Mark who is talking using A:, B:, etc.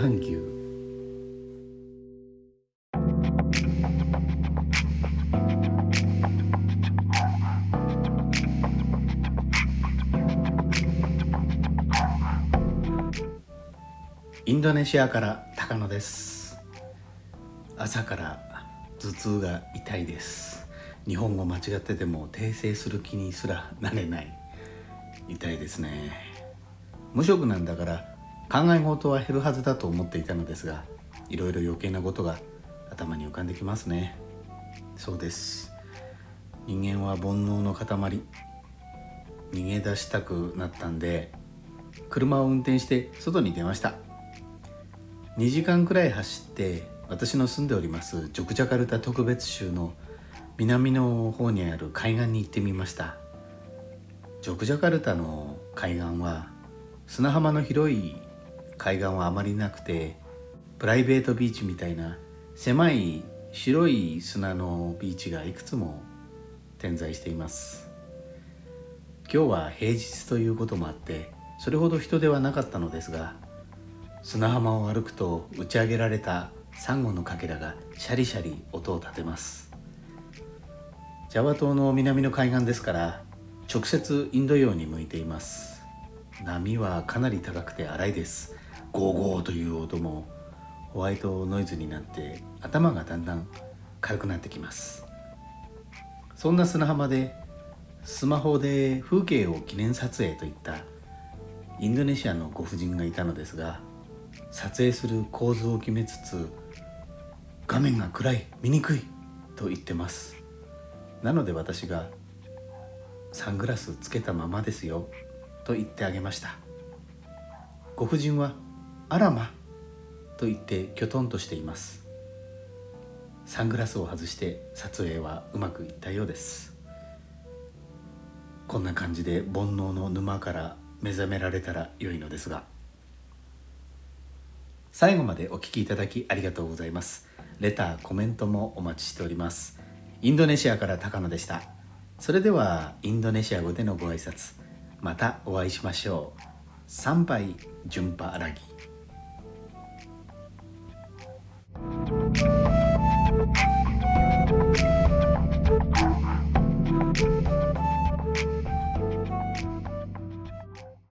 A: 阪牛。インドネシアから高野です。朝から頭痛が痛いです。日本語間違ってても訂正する気にすらなれない。痛いですね。無職なんだから考え事は減るはずだと思っていたのですが、いろいろ余計なことが頭に浮かんできますね。そうです。人間は煩悩の塊。逃げ出したくなったんで車を運転して外に出ました。2時間くらい走って私の住んでおりますジョクジャカルタ特別州の南の方にある海岸に行ってみました。ジョクジャカルタの海岸は砂浜の広い海岸はあまりなくて、プライベートビーチみたいな狭い白い砂のビーチがいくつも点在しています。今日は平日ということもあってそれほど人ではなかったのですが、砂浜を歩くと打ち上げられたサンゴのかけらがシャリシャリ音を立てます。ジャワ島の南の海岸ですから直接インド洋に向いています。波はかなり高くて荒いです。ゴーゴーという音もホワイトノイズになって頭がだんだん軽くなってきます。そんな砂浜でスマホで風景を記念撮影といったインドネシアのご婦人がいたのですが、撮影する構図を決めつつ画面が暗い、見にくいと言ってます。なので私がサングラスつけたままですよと言ってあげました。ご婦人はあらまと言ってきょとんとしています。サングラスを外して撮影はうまくいったようです。こんな感じで煩悩の沼から目覚められたら良いのですが、最後までお聞きいただきありがとうございます。レター、コメントもお待ちしております。インドネシアから高野でした。それではインドネシア語でのご挨拶、またお会いしましょう。Sampai jumpa lagi。